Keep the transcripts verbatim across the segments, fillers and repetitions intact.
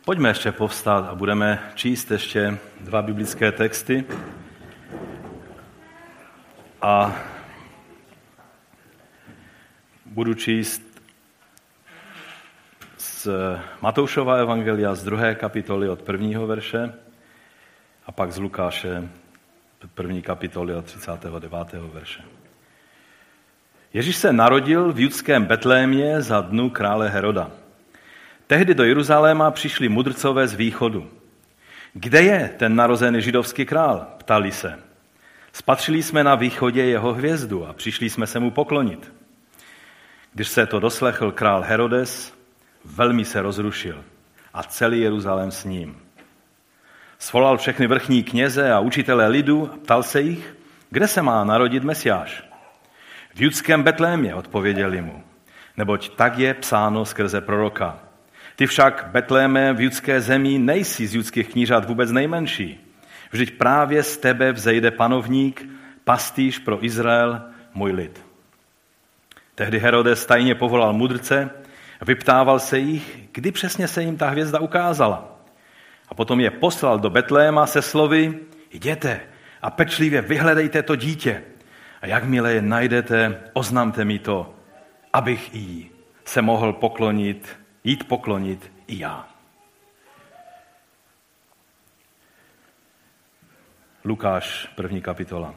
Pojďme ještě povstat a budeme číst ještě dva biblické texty. A budu číst z Matoušova evangelia z druhé kapitoly od prvního verše a pak z Lukáše první kapitoly od třicátého devátého verše. Ježíš se narodil v judském Betlémě za dnu krále Heroda. Tehdy do Jeruzaléma přišli mudrcové z východu. Kde je ten narozený židovský král? Ptali se. Spatřili jsme na východě jeho hvězdu a přišli jsme se mu poklonit. Když se to doslechl král Herodes, velmi se rozrušil a celý Jeruzalém s ním. Svolal všechny vrchní kněze a učitele lidu a ptal se jich, kde se má narodit Mesiáš. V judském Betlémě, odpověděli mu, neboť tak je psáno skrze proroka. Ty však, Betléme, v judské zemi nejsi z judských knířat vůbec nejmenší. Vždyť právě z tebe vzejde panovník, pastýř pro Izrael, můj lid. Tehdy Herodes tajně povolal mudrce, vyptával se jich, kdy přesně se jim ta hvězda ukázala. A potom je poslal do Betléma se slovy, jděte a pečlivě vyhledejte to dítě. A jakmile je najdete, oznamte mi to, abych jí se mohl poklonit, jít poklonit i já. Lukáš, první kapitola.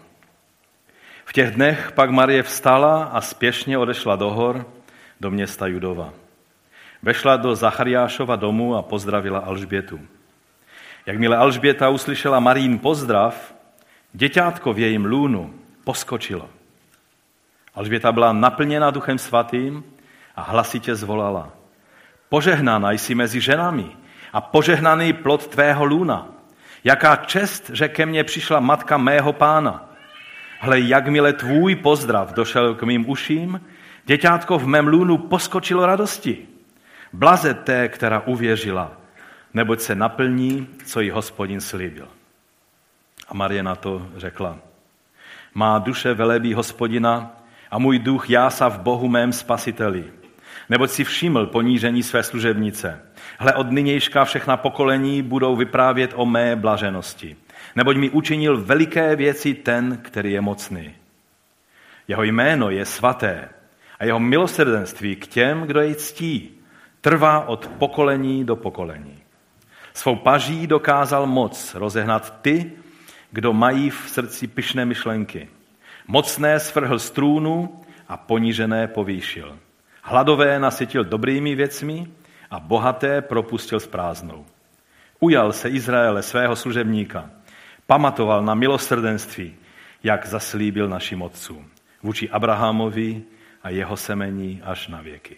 V těch dnech pak Marie vstala a spěšně odešla do hor, do města Judova. Vešla do Zachariášova domu a pozdravila Alžbětu. Jakmile Alžběta uslyšela Marín pozdrav, děťátko v jejím lůnu poskočilo. Alžběta byla naplněna Duchem Svatým a hlasitě zvolala. Požehnána jsi mezi ženami a požehnaný plod tvého lůna. Jaká čest, že ke mně přišla matka mého pána. Hle, jakmile tvůj pozdrav došel k mým uším, děťátko v mém lůnu poskočilo radosti. Blaze té, která uvěřila, neboť se naplní, co jí Hospodin slíbil. A Marie na to řekla. Má duše velebí Hospodina a můj duch jásá v Bohu mém spasiteli. Neboť si všiml ponížení své služebnice. Hle, od nynějška všechna pokolení budou vyprávět o mé blaženosti. Neboť mi učinil veliké věci ten, který je mocný. Jeho jméno je svaté a jeho milosrdenství k těm, kdo jej ctí, trvá od pokolení do pokolení. Svou paží dokázal moc rozehnat ty, kdo mají v srdci pyšné myšlenky. Mocné svrhl z trůnu a ponížené povýšil. Hladové nasytil dobrými věcmi a bohaté propustil s prázdnou. Ujal se Izraele svého služebníka, pamatoval na milosrdenství, jak zaslíbil našim otcům, vůči Abrahamovi a jeho semení až na věky.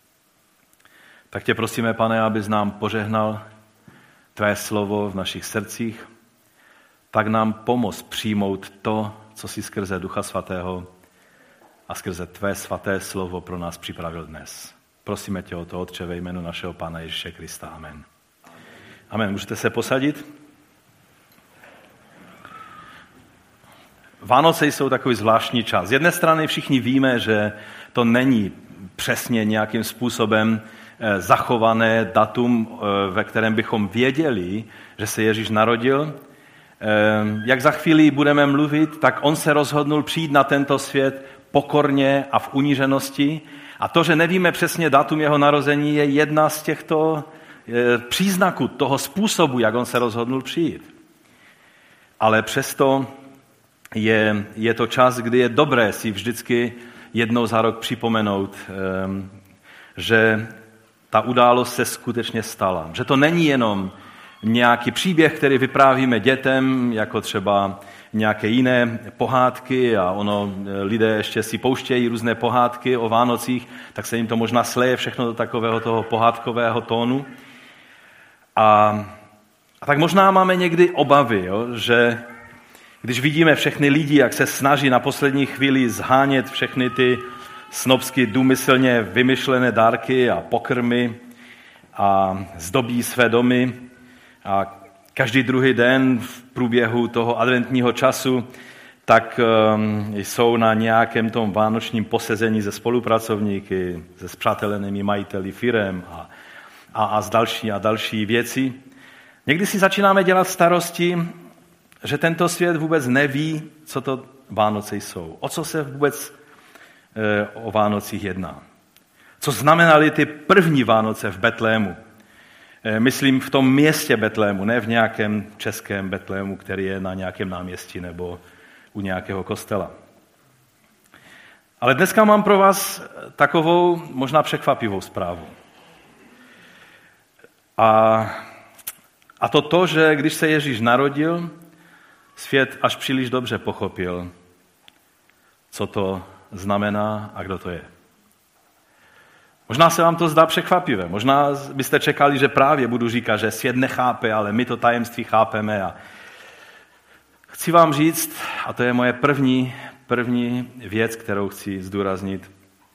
Tak tě prosíme, Pane, abys nám požehnal tvé slovo v našich srdcích, tak nám pomoz přijmout to, co jsi skrze Ducha Svatého a skrze tvé svaté slovo pro nás připravil dnes. Prosíme tě o to, Otče, ve jménu našeho Pána Ježíše Krista. Amen. Amen. Můžete se posadit? Vánoce jsou takový zvláštní čas. Z jedné strany všichni víme, že to není přesně nějakým způsobem zachované datum, ve kterém bychom věděli, že se Ježíš narodil. Jak za chvíli budeme mluvit, tak on se rozhodnul přijít na tento svět pokorně a v uníženosti. A to, že nevíme přesně datum jeho narození, je jedna z těchto příznaků toho způsobu, jak on se rozhodnul přijít. Ale přesto je, je to čas, kdy je dobré si vždycky jednou za rok připomenout, že ta událost se skutečně stala. Že to není jenom nějaký příběh, který vyprávíme dětem, jako třeba nějaké jiné pohádky a ono, lidé ještě si pouštějí různé pohádky o Vánocích, tak se jim to možná sleje všechno do takového toho pohádkového tónu. A, a tak možná máme někdy obavy, jo, že když vidíme všechny lidi, jak se snaží na poslední chvíli zhánět všechny ty snobsky důmyslně vymyšlené dárky a pokrmy a zdobí své domy a každý druhý den v průběhu toho adventního času tak um, jsou na nějakém tom vánočním posezení se spolupracovníky, se spřátelenými majiteli firem a a, a z další a další věci. Někdy si začínáme dělat starosti, že tento svět vůbec neví, co to Vánoce jsou. O co se vůbec e, o Vánocích jedná. Co znamenaly ty první Vánoce v Betlému. E, myslím v tom městě Betlému, ne v nějakém českém Betlému, který je na nějakém náměstí nebo u nějakého kostela. Ale dneska mám pro vás takovou možná překvapivou zprávu. A, a to to, že když se Ježíš narodil, svět až příliš dobře pochopil, co to znamená a kdo to je. Možná se vám to zdá překvapivé. Možná byste čekali, že právě budu říkat, že svět nechápe, ale my to tajemství chápeme. A chci vám říct, a to je moje první, první věc, kterou chci zdůraznit,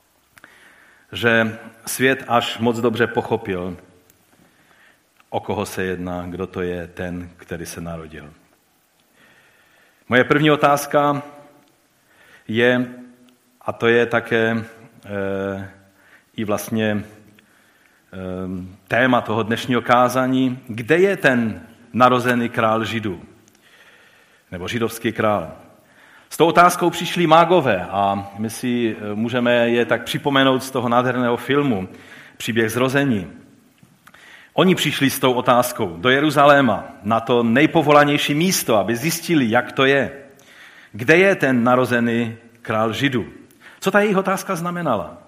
že svět až moc dobře pochopil, o koho se jedná, kdo to je ten, který se narodil. Moje první otázka je, a to je také e, i vlastně e, téma toho dnešního kázání, kde je ten narozený král Židů, nebo židovský král. S tou otázkou přišli mágové a my si můžeme je tak připomenout z toho nádherného filmu Příběh zrození. Oni přišli s tou otázkou do Jeruzaléma, na to nejpovolanější místo, aby zjistili, jak to je. Kde je ten narozený král Židů? Co ta jejich otázka znamenala?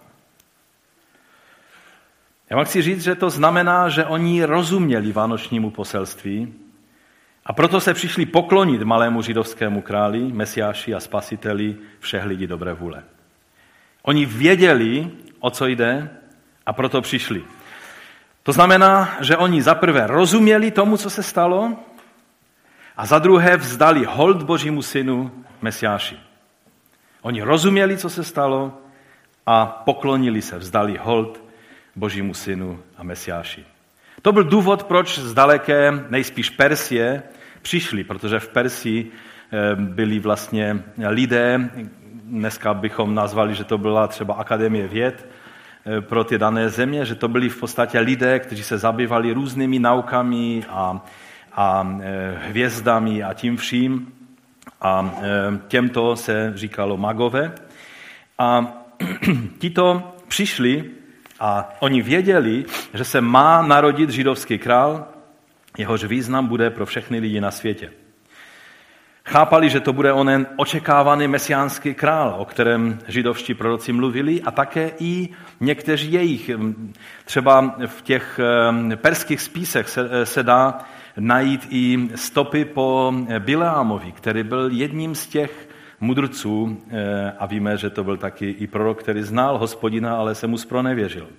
Já vám chci říct, že to znamená, že oni rozuměli vánočnímu poselství a proto se přišli poklonit malému židovskému králi, Mesiáši a spasiteli všech lidí dobré vůle. Oni věděli, o co jde, a proto přišli. To znamená, že oni zaprvé rozuměli tomu, co se stalo, a za druhé vzdali hold Božímu synu Mesiáši. Oni rozuměli, co se stalo, a poklonili se, vzdali hold Božímu synu a Mesiáši. To byl důvod, proč z daleké, nejspíš Persie, přišli, protože v Persii byli vlastně lidé, dneska bychom nazvali, že to byla třeba Akademie věd pro ty dané země, že to byli v podstatě lidé, kteří se zabývali různými naukami a, a hvězdami a tím vším. A těmto se říkalo magové. A tito přišli a oni věděli, že se má narodit židovský král, jehož význam bude pro všechny lidi na světě. Chápali, že to bude onen očekávaný mesiánský král, o kterém židovští proroci mluvili, a také i někteří jejich. Třeba v těch perských spisech se, se dá najít i stopy po Bileámovi, který byl jedním z těch mudrců, a víme, že to byl taky i prorok, který znal Hospodina, ale se mu zpronevěřil.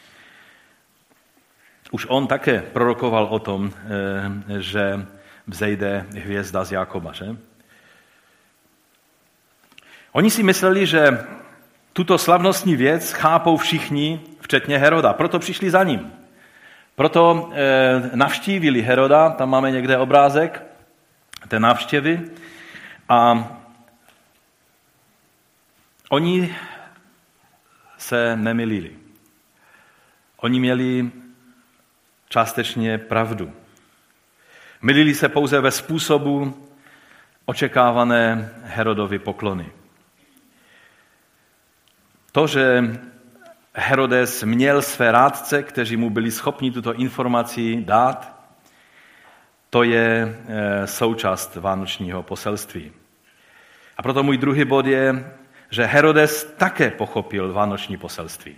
Už on také prorokoval o tom, že vzejde hvězda z Jákoba, že? Oni si mysleli, že tuto slavnostní věc chápou všichni, včetně Heroda. Proto přišli za ním. Proto eh, navštívili Heroda, tam máme někde obrázek té návštěvy, a oni se nemylili. Oni měli částečně pravdu. Mylili se pouze ve způsobu očekávané Herodovy poklony. To, že Herodes měl své rádce, kteří mu byli schopni tuto informaci dát, to je součást vánočního poselství. A proto můj druhý bod je, že Herodes také pochopil vánoční poselství.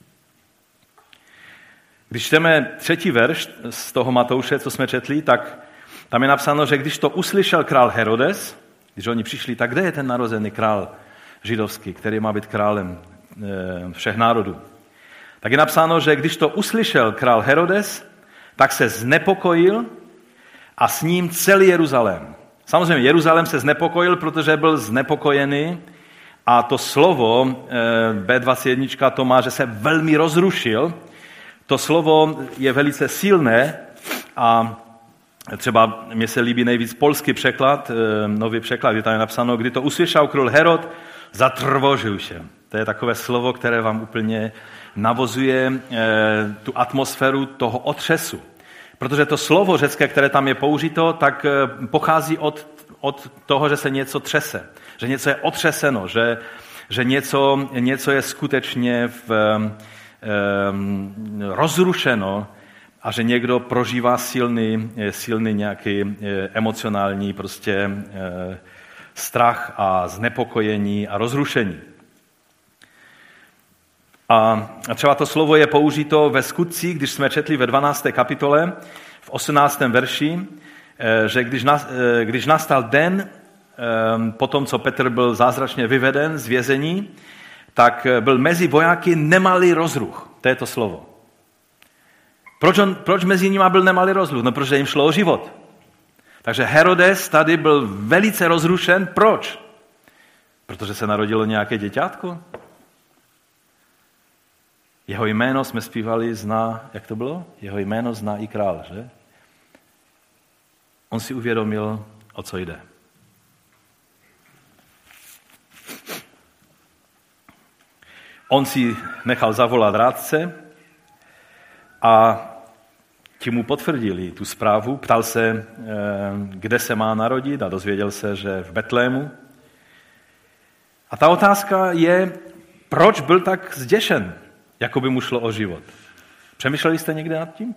Když čteme třetí verš z toho Matouše, co jsme četli, tak tam je napsáno, že když to uslyšel král Herodes, když oni přišli, tak kde je ten narozený král židovský, který má být králem všech národů? Tak je napsáno, že když to uslyšel král Herodes, tak se znepokojil a s ním celý Jeruzalém. Samozřejmě Jeruzalém se znepokojil, protože byl znepokojený, a to slovo bé dvacet jedna to má, že se velmi rozrušil. To slovo je velice silné a třeba mně se líbí nejvíc polský překlad, nový překlad, kdy tam je napsáno, kdy to uslyšel král Herod, zatrvožil se. To je takové slovo, které vám úplně navozuje tu atmosféru toho otřesu. Protože to slovo řecké, které tam je použito, tak pochází od, od toho, že se něco třese. Že něco je otřeseno, že, že něco, něco je skutečně v, um, rozrušeno a že někdo prožívá silný, silný nějaký emocionální prostě strach a znepokojení a rozrušení. A třeba to slovo je použito ve Skutcích, když jsme četli ve dvanácté kapitole, v osmnáctém verši, že když, na, když nastal den, po tom, co Petr byl zázračně vyveden z vězení, tak byl mezi vojáky nemalý rozruch. To je to slovo. Proč, on, proč mezi nimi byl nemalý rozruch? No, protože jim šlo o život. Takže Herodes tady byl velice rozrušen. Proč? Protože se narodilo nějaké děťátko. Jeho jméno jsme zpívali, zná, jak to bylo? Jeho jméno zná i král, že? On si uvědomil, o co jde. On si nechal zavolat rádce a ti mu potvrdili tu zprávu. Ptal se, kde se má narodit a dozvěděl se, že v Betlému. A ta otázka je, proč byl tak zděšen, jako by mu šlo o život. Přemýšleli jste někde nad tím?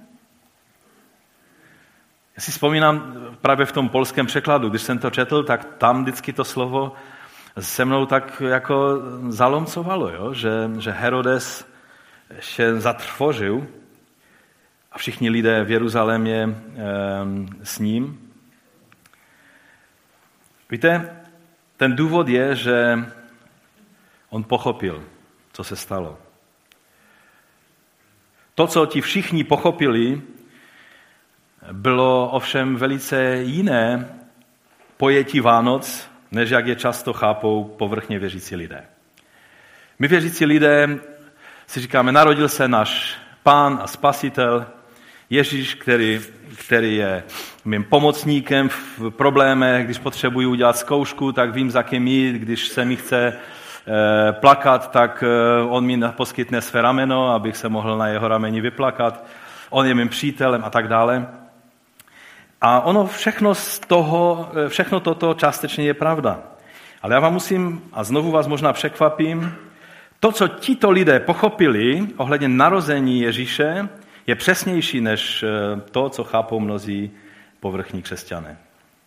Já si vzpomínám právě v tom polském překladu, když jsem to četl, tak tam vždycky to slovo se mnou tak jako zalomcovalo, jo? Že, že Herodes se zatrwożył a všichni lidé v Jeruzalémě e, s ním. Víte, ten důvod je, že on pochopil, co se stalo. To, co ti všichni pochopili, bylo ovšem velice jiné pojetí Vánoc, než jak je často chápou povrchně věřící lidé. My věřící lidé si říkáme, narodil se náš Pán a Spasitel, Ježíš, který, který je mým pomocníkem v problémech, když potřebuji udělat zkoušku, tak vím, za kým jít, když se mi chce e, plakat, tak e, on mi poskytne své rameno, abych se mohl na jeho rameni vyplakat. On je mým přítelem a tak dále. A ono všechno z toho, všechno toto částečně je pravda. Ale já vám musím, a znovu vás možná překvapím, to, co tito lidé pochopili ohledně narození Ježíše, je přesnější než to, co chápou mnozí povrchní křesťané.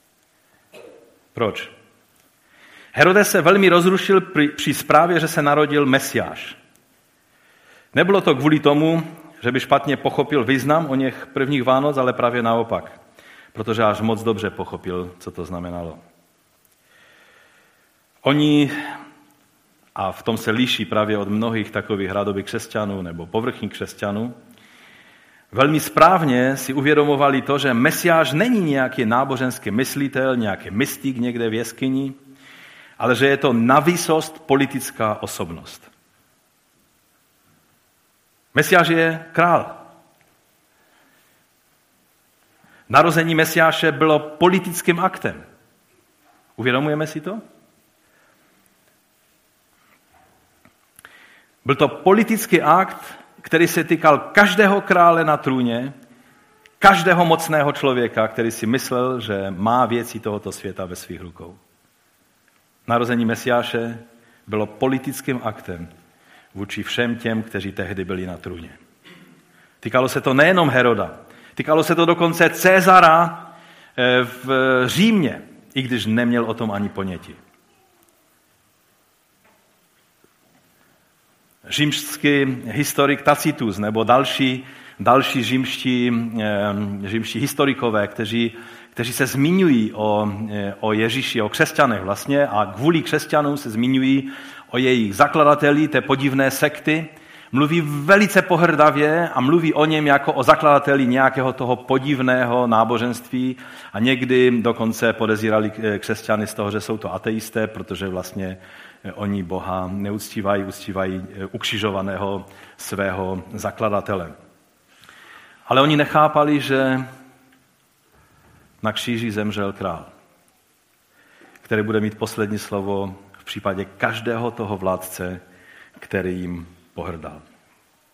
Proč? Herodes se velmi rozrušil při zprávě, že se narodil Mesiáš. Nebylo to kvůli tomu, že by špatně pochopil význam o něch prvních Vánoc, ale právě naopak. Protože až moc dobře pochopil, co to znamenalo. Oni, a v tom se liší právě od mnohých takových rádoby křesťanů nebo povrchních křesťanů, velmi správně si uvědomovali to, že Mesiáš není nějaký náboženský myslitel, nějaký mystik někde v jeskyni, ale že je to navýsost politická osobnost. Mesiáš je král. Narození Mesiáše bylo politickým aktem. Uvědomujeme si to? Byl to politický akt, který se týkal každého krále na trůně, každého mocného člověka, který si myslel, že má věci tohoto světa ve svých rukou. Narození Mesiáše bylo politickým aktem vůči všem těm, kteří tehdy byli na trůně. Týkalo se to nejenom Heroda, týkalo se to dokonce Cezara v Římě, i když neměl o tom ani ponětí. Římský historik Tacitus nebo další, další římští, římští historikové, kteří, kteří se zmiňují o, o Ježíši, o křesťanech vlastně a kvůli křesťanům se zmiňují o jejich zakladateli té podivné sekty, mluví velice pohrdavě a mluví o něm jako o zakladateli nějakého toho podivného náboženství a někdy dokonce podezírali křesťany z toho, že jsou to ateisté, protože vlastně oni Boha neuctívají, uctívají ukřižovaného svého zakladatele. Ale oni nechápali, že na kříži zemřel král, který bude mít poslední slovo v případě každého toho vládce, který jim pohrdal.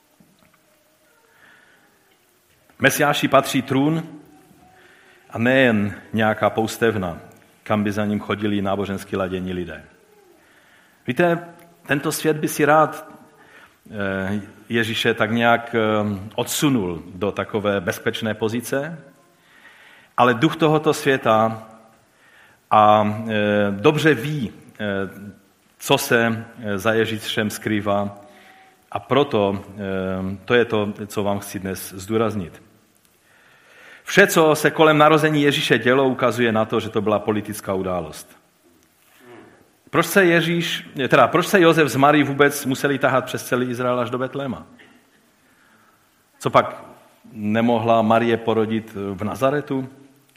Mesiáši patří trůn a nejen nějaká poustevna, kam by za ním chodili nábožensky ladění lidé. Víte, tento svět by si rád Ježíše tak nějak odsunul do takové bezpečné pozice, ale duch tohoto světa a dobře ví, co se za Ježíšem skrývá, a proto to je to, co vám chci dnes zdůraznit. Vše, co se kolem narození Ježíše dělo, ukazuje na to, že to byla politická událost. Proč se Ježíš, teda proč se Josef s Marií vůbec museli tahat přes celý Izrael až do Betléma? Co pak nemohla Marie porodit v Nazaretu?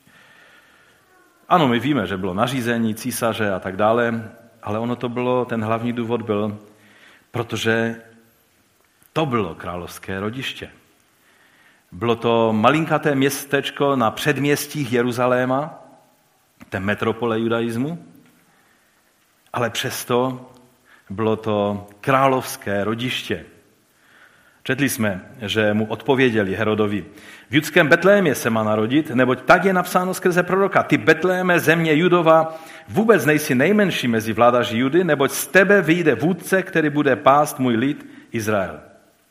Ano, my víme, že bylo nařízení císaře a tak dále, ale ono to bylo, ten hlavní důvod byl, protože to bylo královské rodiště. Bylo to malinkaté městečko na předměstích Jeruzaléma, té metropole judaismu, ale přesto bylo to královské rodiště. Četli jsme, že mu odpověděli Herodovi: v judském Betlémě se má narodit, neboť tak je napsáno skrze proroka: ty Betléme, země Judova, vůbec nejsi nejmenší mezi vládaři Judy, neboť z tebe vyjde vůdce, který bude pást můj lid Izrael.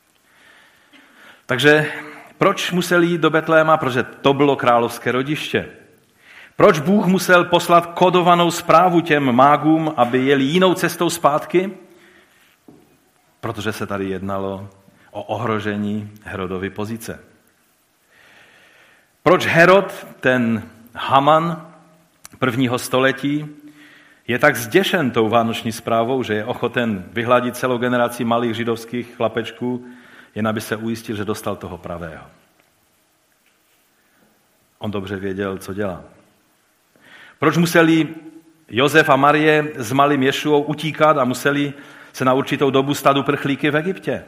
Takže proč museli jít do Betléma? Protože to bylo královské rodiště. Proč Bůh musel poslat kodovanou zprávu těm mágům, aby jeli jinou cestou zpátky? Protože se tady jednalo o ohrožení Herodovy pozice. Proč Herod, ten Haman prvního století, je tak zděšen tou vánoční zprávou, že je ochoten vyhladit celou generaci malých židovských chlapečků, jen aby se ujistil, že dostal toho pravého. On dobře věděl, co dělá. Proč museli Josef a Marie s malým Ješuou utíkat a museli se na určitou dobu stát uprchlíky v Egyptě?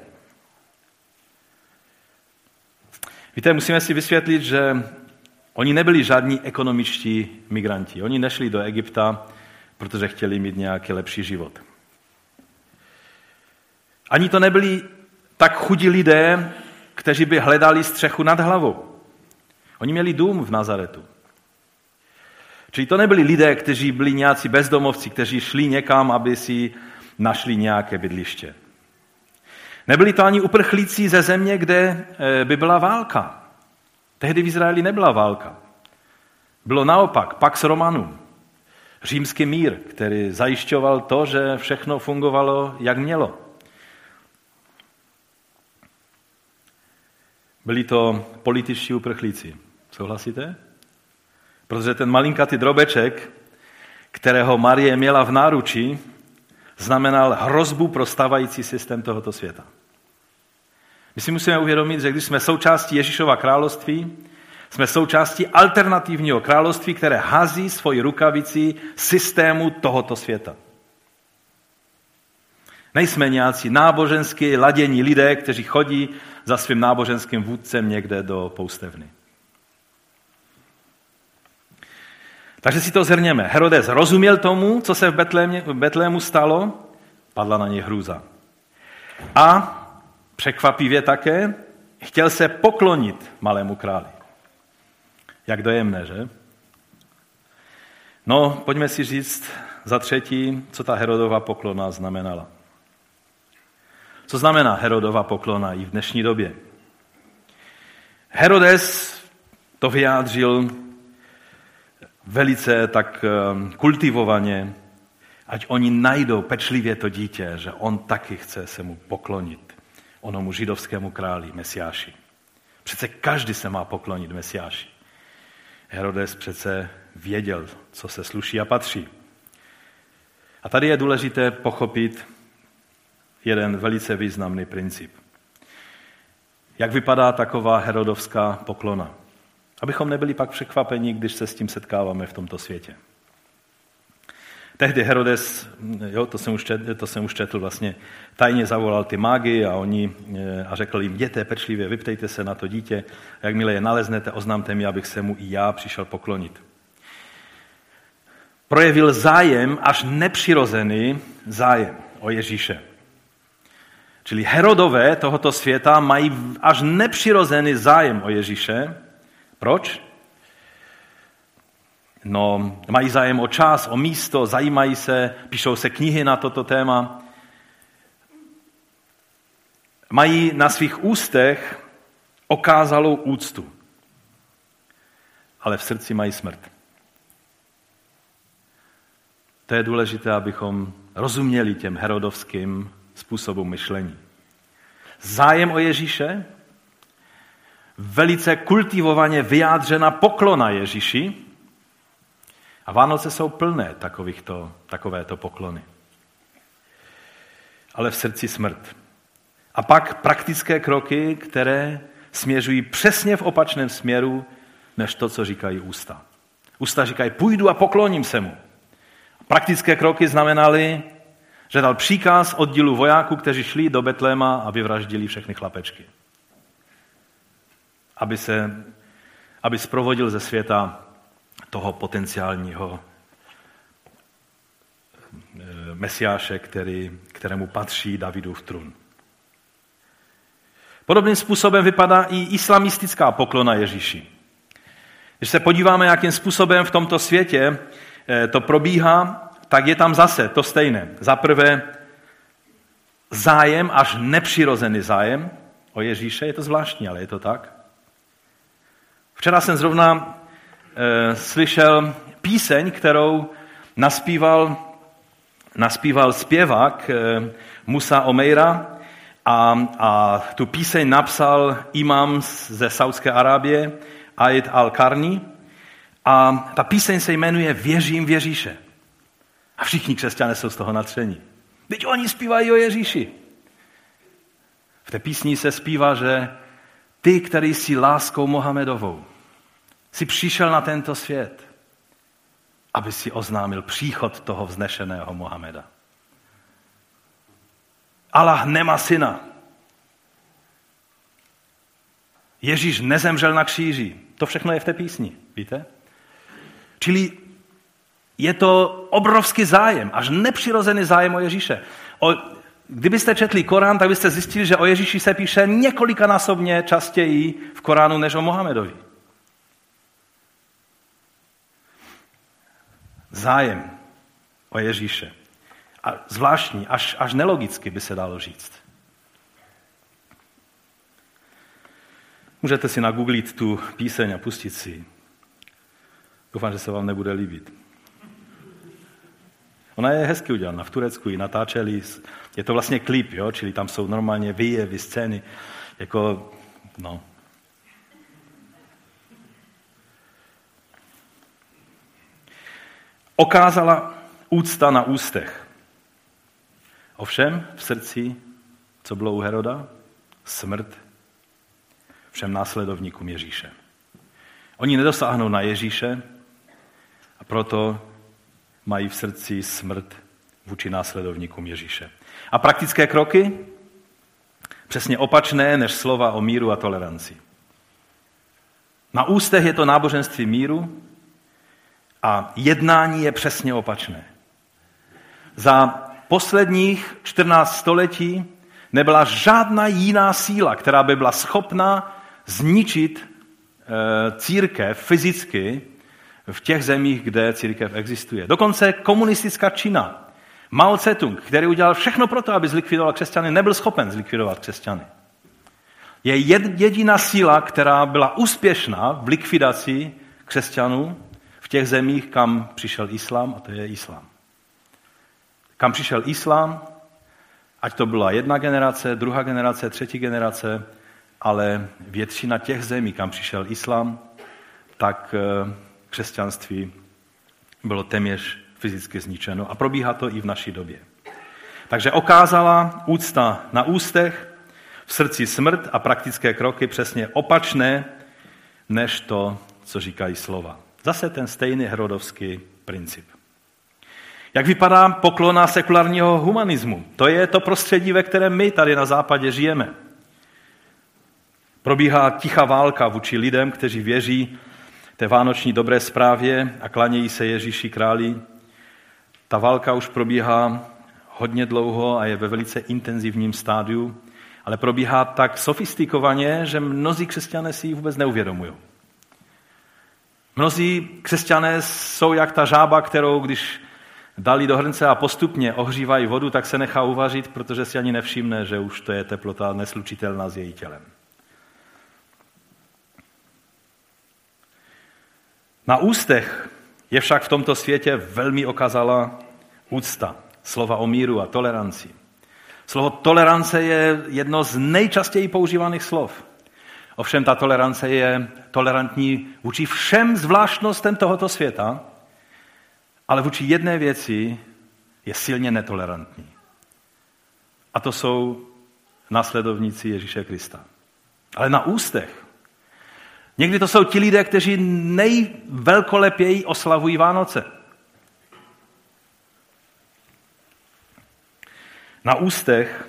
Víte, musíme si vysvětlit, že oni nebyli žádní ekonomičtí migranti. Oni nešli do Egypta, protože chtěli mít nějaký lepší život. Ani to nebyli tak chudí lidé, kteří by hledali střechu nad hlavou. Oni měli dům v Nazaretu. Čili to nebyli lidé, kteří byli nějací bezdomovci, kteří šli někam, aby si našli nějaké bydliště. Nebyli to ani uprchlíci ze země, kde by byla válka. Tehdy v Izraeli nebyla válka. Bylo naopak Pax Romanum, římský mír, který zajišťoval to, že všechno fungovalo, jak mělo. Byli to političtí uprchlíci. Souhlasíte? Protože ten malinkatý drobeček, kterého Marie měla v náručí, znamenal hrozbu pro stávající systém tohoto světa. My si musíme uvědomit, že když jsme součástí Ježíšova království, jsme součástí alternativního království, které hází svoji rukavici systému tohoto světa. Nejsme nějací nábožensky ladění lidé, kteří chodí za svým náboženským vůdcem někde do poustevny. Takže si to zhrněme. Herodes rozuměl tomu, co se v Betlémě, v Betlému stalo, padla na něj hrůza. A překvapivě také chtěl se poklonit malému králi. Jak dojemné, že? No, pojďme si říct za třetí, co ta Herodova poklona znamenala. Co znamená Herodova poklona i v dnešní době? Herodes to vyjádřil velice tak kultivovaně, ať oni najdou pečlivě to dítě, že on taky chce se mu poklonit, onomu židovskému králi, Mesiáši. Přece každý se má poklonit Mesiáši. Herodes přece věděl, co se sluší a patří. A tady je důležité pochopit jeden velice významný princip. Jak vypadá taková herodovská poklona? Abychom nebyli pak překvapeni, když se s tím setkáváme v tomto světě. Tehdy Herodes, jo, to jsem už četl, to jsem už četl vlastně, tajně zavolal ty mágy a, oni, a řekl jim: jděte pečlivě, vyptejte se na to dítě, a jakmile je naleznete, oznámte mi, abych se mu i já přišel poklonit. Projevil zájem, až nepřirozený zájem o Ježíše. Čili Herodové tohoto světa mají až nepřirozený zájem o Ježíše. Proč? No, mají zájem o čas, o místo, zajímají se, píšou se knihy na toto téma. Mají na svých ústech okázalou úctu, ale v srdci mají smrt. To je důležité, abychom rozuměli těm herodovským způsobům myšlení. Zájem o Ježíše, velice kultivovaně vyjádřena poklona Ježíši, a Vánoce jsou plné takovýchto, takovéto poklony. Ale v srdci smrt. A pak praktické kroky, které směřují přesně v opačném směru, než to, co říkají ústa. Ústa říkají, půjdu a pokloním se mu. Praktické kroky znamenaly, že dal příkaz oddílu vojáků, kteří šli do Betléma a vyvraždili všechny chlapečky. Aby se, aby zprovodil ze světa toho potenciálního mesiáše, který, kterému patří Davidův trůn. Podobným způsobem vypadá i islamistická poklona Ježíši. Když se podíváme, jakým způsobem v tomto světě to probíhá, tak je tam zase to stejné. Za prvé zájem, až nepřirozený zájem o Ježíše, je to zvláštní, ale je to tak. Včera jsem zrovna e, slyšel píseň, kterou naspíval, naspíval zpěvák e, Musa Omeira a, a tu píseň napsal imám ze Saudské Arábie Aid al-Karni a ta píseň se jmenuje Věřím v Ježíše. A všichni křesťané jsou z toho nadšení. Teď oni zpívají o Ježíši. V té písni se zpívá, že ty, který jsi láskou Mohamedovou, jsi přišel na tento svět, aby si oznámil příchod toho vznešeného Mohameda. Allah nemá syna. Ježíš nezemřel na kříži. To všechno je v té písni, víte? Čili je to obrovský zájem, až nepřirozený zájem o Ježíše. O, kdybyste četli Korán, tak byste zjistili, že o Ježíši se píše několikanásobně častěji v Koránu než o Mohamedovi. Zájem o Ježíše. A zvláštní, až, až nelogicky by se dalo říct. Můžete si nagooglit tu píseň a pustit si ji. Doufám, že se vám nebude líbit. Ona je hezky udělaná, v Turecku ji natáčeli, je to vlastně klip, jo? Čili tam jsou normálně výjevy, scény, jako, no. Okázala úcta na ústech. Ovšem v srdci, co bylo u Heroda? Smrt všem následovníkům Ježíše. Oni nedosáhnou na Ježíše a proto mají v srdci smrt vůči následovníkům Ježíše. A praktické kroky? Přesně opačné než slova o míru a toleranci. Na ústech je to náboženství míru a jednání je přesně opačné. Za posledních čtrnáct století nebyla žádná jiná síla, která by byla schopna zničit e, církev fyzicky v těch zemích, kde církev existuje. Dokonce komunistická Čína, Mao Tse-tung, který udělal všechno pro to, aby zlikvidoval křesťany, nebyl schopen zlikvidovat křesťany. Je jediná síla, která byla úspěšná v likvidaci křesťanů v těch zemích, kam přišel islám, a to je islám. Kam přišel islám, ať to byla jedna generace, druhá generace, třetí generace, ale většina těch zemí, kam přišel islám, tak křesťanství bylo téměř fyzicky zničeno a probíhá to i v naší době. Takže okázala úcta na ústech, v srdci smrt a praktické kroky přesně opačné, než to, co říkají slova. Zase ten stejný herodovský princip. Jak vypadá poklona sekulárního humanismu? To je to prostředí, ve kterém my tady na západě žijeme. Probíhá tichá válka vůči lidem, kteří věří té vánoční dobré zprávě a klanějí se Ježíši králi. Ta válka už probíhá hodně dlouho a je ve velice intenzivním stádiu, ale probíhá tak sofistikovaně, že mnozí křesťané si ji vůbec neuvědomují. Mnozí křesťané jsou jak ta žába, kterou když dali do hrnce a postupně ohřívají vodu, tak se nechá uvařit, protože si ani nevšimne, že už to je teplota neslučitelná s její tělem. Na ústech je však v tomto světě velmi okazalá úcta, slova o míru a toleranci. Slovo tolerance je jedno z nejčastěji používaných slov. Ovšem ta tolerance je tolerantní vůči všem zvláštnostem tohoto světa, ale vůči jedné věci je silně netolerantní. A to jsou následovníci Ježíše Krista. Ale na ústech. Někdy to jsou ti lidé, kteří nejvelkolepěji oslavují Vánoce. Na ústech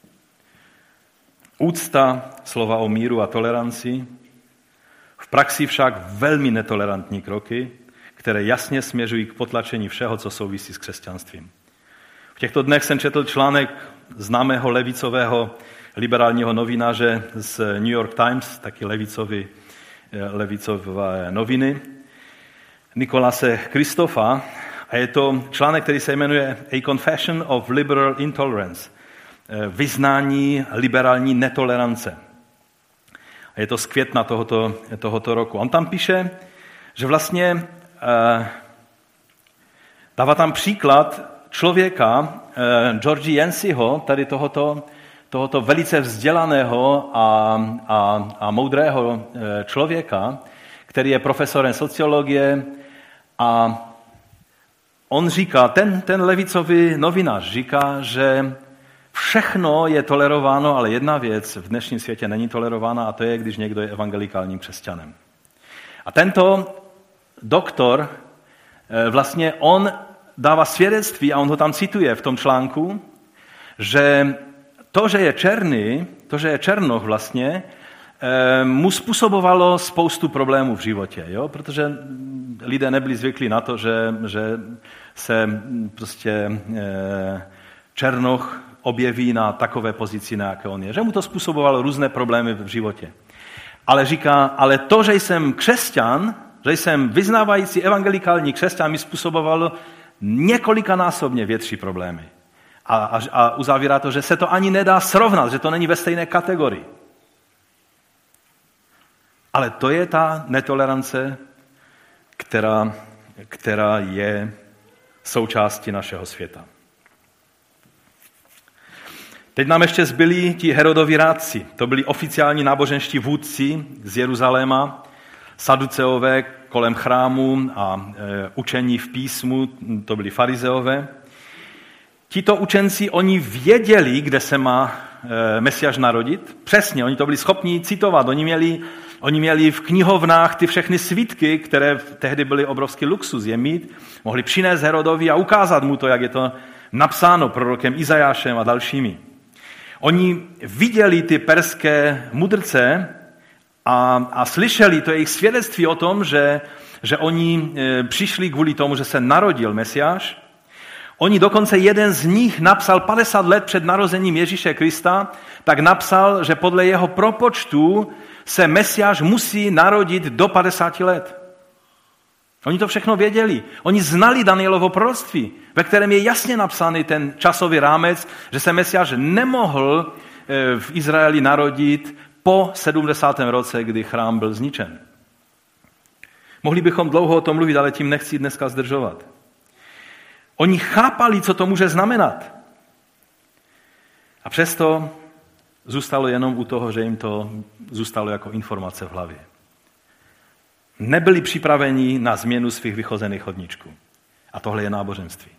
úcta, slova o míru a toleranci, v praxi však velmi netolerantní kroky, které jasně směřují k potlačení všeho, co souvisí s křesťanstvím. V těchto dnech jsem četl článek známého levicového liberálního novináře z New York Times, taky levicový, levicové noviny, Nikolase Christofa, a je to článek, který se jmenuje A Confession of Liberal Intolerance, vyznání liberální netolerance. A je to z května tohoto, tohoto roku. On tam píše, že vlastně eh, dává tam příklad člověka, eh, George Yanceyho, tady tohoto, tohoto velice vzdělaného a, a, a moudrého eh, člověka, který je profesorem sociologie, a on říká, ten, ten levicový novinář říká, že všechno je tolerováno, ale jedna věc v dnešním světě není tolerována, a to je, když někdo je evangelikálním křesťanem. A tento doktor, vlastně on dává svědectví, a on ho tam cituje v tom článku, že to, že je černý, to, že je černoch vlastně, mu způsobovalo spoustu problémů v životě, jo? Protože lidé nebyli zvyklí na to, že, že se prostě černoch objeví na takové pozici, na jaké on je. Že mu to způsobovalo různé problémy v životě. Ale říká, ale to, že jsem křesťan, že jsem vyznávající evangelikální křesťan, mi způsobovalo několikanásobně větší problémy. A, a, a uzavírá to, že se to ani nedá srovnat, že to není ve stejné kategorii. Ale to je ta netolerance, která, která je součástí našeho světa. Teď nám ještě zbyli ti Herodovi rádci. To byli oficiální náboženští vůdci z Jeruzaléma, saduceové kolem chrámu a e, učení v písmu, to byli farizeové. Tito učenci, oni věděli, kde se má e, Mesiáš narodit. Přesně, oni to byli schopni citovat. Oni měli, oni měli v knihovnách ty všechny svitky, které tehdy byly obrovský luxus je mít. Mohli přinést Herodovi a ukázat mu to, jak je to napsáno prorokem Izajášem a dalšími. Oni viděli ty perské mudrce a, a slyšeli to jejich svědectví o tom, že, že oni e, přišli kvůli tomu, že se narodil Mesiáš. Oni dokonce jeden z nich napsal padesát let před narozením Ježíše Krista, tak napsal, že podle jeho propočtu se Mesiáš musí narodit do padesáti let. Oni to všechno věděli. Oni znali Danielovo proroctví, ve kterém je jasně napsaný ten časový rámec, že se Mesiáš nemohl v Izraeli narodit po sedmdesátém roce, kdy chrám byl zničen. Mohli bychom dlouho o tom mluvit, ale tím nechci dneska zdržovat. Oni chápali, co to může znamenat. A přesto zůstalo jenom u toho, že jim to zůstalo jako informace v hlavě. Nebyli připraveni na změnu svých vychozených chodníčků. A tohle je náboženství.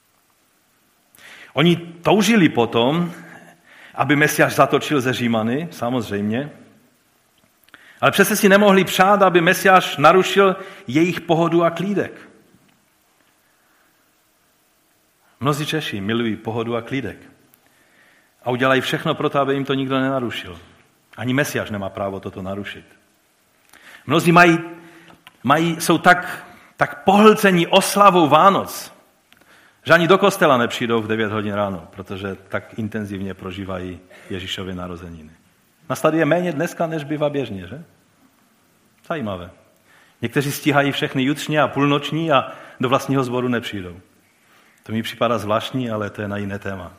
Oni toužili potom, aby Mesiáš zatočil ze Římany, samozřejmě, ale přece si nemohli přát, aby Mesiáš narušil jejich pohodu a klídek. Mnozí Češi milují pohodu a klídek. A udělají všechno pro to, aby jim to nikdo nenarušil. Ani Mesiáš nemá právo toto narušit. Mnozí mají, mají, jsou tak, tak pohlcení oslavou Vánoc, Že ani do kostela nepřijdou v devět hodin ráno, protože tak intenzivně prožívají Ježíšovy narozeniny. Nás tady je méně dneska, než bývá běžně, že? Zajímavé. Někteří stíhají všechny jutřní a půlnoční a do vlastního sboru nepřijdou. To mi připadá zvláštní, ale to je na jiné téma.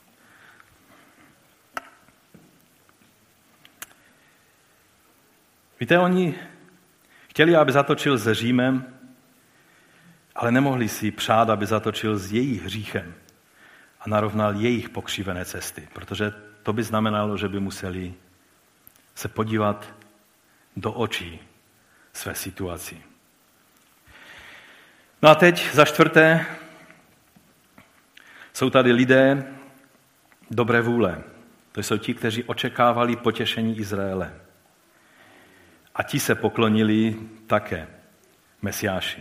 Víte, oni chtěli, aby zatočil se Římem, ale nemohli si přát, aby zatočil s jejich hříchem a narovnal jejich pokřivené cesty, protože to by znamenalo, že by museli se podívat do očí své situaci. No a teď za čtvrté jsou tady lidé dobré vůle. To jsou ti, kteří očekávali potěšení Izraele. A ti se poklonili také Mesiáši.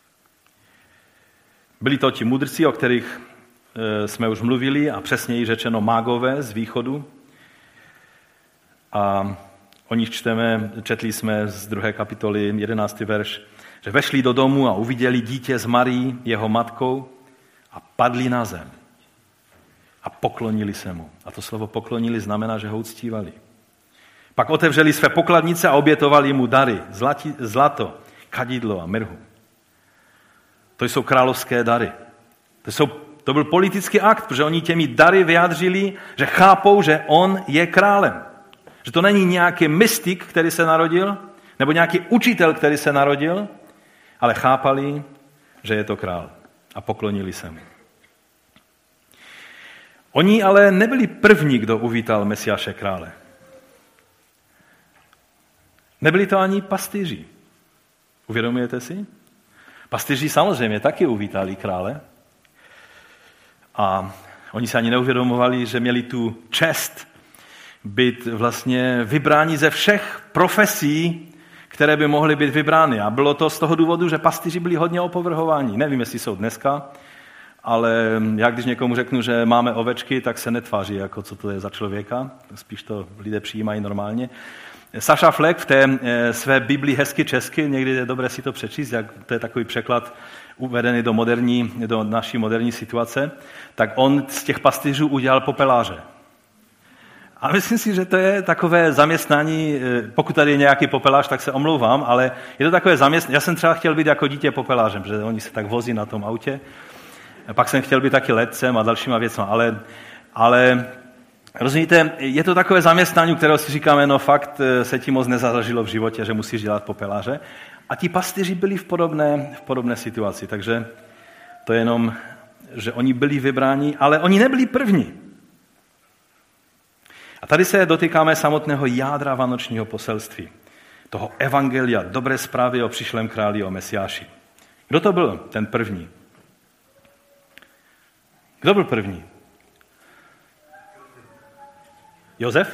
Byli to ti mudrci, o kterých jsme už mluvili, a přesněji řečeno mágové z východu. A o nich čteme, četli jsme z druhé kapitoly, jedenáctý verš, že vešli do domu a uviděli dítě s Marií, jeho matkou, a padli na zem. A poklonili se mu. A to slovo poklonili znamená, že ho uctívali. Pak otevřeli své pokladnice a obětovali mu dary, zlati, zlato, kadidlo a mirhu. To jsou královské dary. To, jsou, to byl politický akt, protože oni těmi dary vyjádřili, že chápou, že on je králem. Že to není nějaký mystik, který se narodil, nebo nějaký učitel, který se narodil, ale chápali, že je to král. A poklonili se mu. Oni ale nebyli první, kdo uvítal Mesiáše krále. Nebyli to ani pastýři. Uvědomujete si? Pastýři samozřejmě taky uvítali krále. A oni se ani neuvědomovali, že měli tu čest být vlastně vybráni ze všech profesí, které by mohly být vybrány. A bylo to z toho důvodu, že pastýři byli hodně opovrhováni. Nevím, jestli jsou dneska, ale já když někomu řeknu, že máme ovečky, tak se netváří, jako co to je za člověka. Spíš to lidé přijímají normálně. Saša Fleck v té své Biblii hezky česky, někdy je dobré si to přečíst, jak to je takový překlad uvedený do, moderní, do naší moderní situace, tak on z těch pastýřů udělal popeláře. A myslím si, že to je takové zaměstnání, pokud tady je nějaký popelář, tak se omlouvám, ale je to takové zaměstnání. Já jsem třeba chtěl být jako dítě popelářem, protože oni se tak vozí na tom autě. Pak jsem chtěl být taky letcem a dalšíma věcma, ale, ale rozumíte, je to takové zaměstnání, kterého si říkáme, no fakt se ti moc nezažilo v životě, že musíš dělat popeláře. A ti pastýři byli v podobné, v podobné situaci, takže to je jenom, že oni byli vybráni, ale oni nebyli první. A tady se dotýkáme samotného jádra vánočního poselství, toho evangelia, dobré zprávy o přišlém králi, o Mesiáši. Kdo to byl ten první? Kdo byl první? Josef?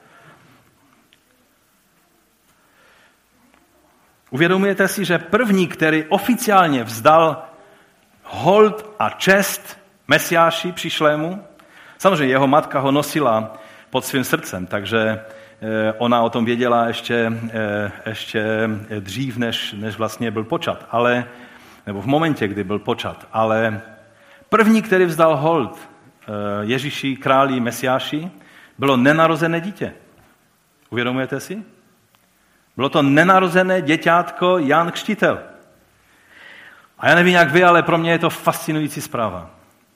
Uvědomujete si, že první, který oficiálně vzdal hold a čest Mesiáši přišlému, samozřejmě jeho matka ho nosila pod svým srdcem, takže ona o tom věděla ještě, ještě dřív, než, než vlastně byl počat, ale, nebo v momentě, kdy byl počat, ale první, který vzdal hold Ježíši, králi, Mesiáši, bylo nenarozené dítě. Uvědomujete si? Bylo to nenarozené děťátko Jan Křtitel. A já nevím, jak vy, ale pro mě je to fascinující zpráva.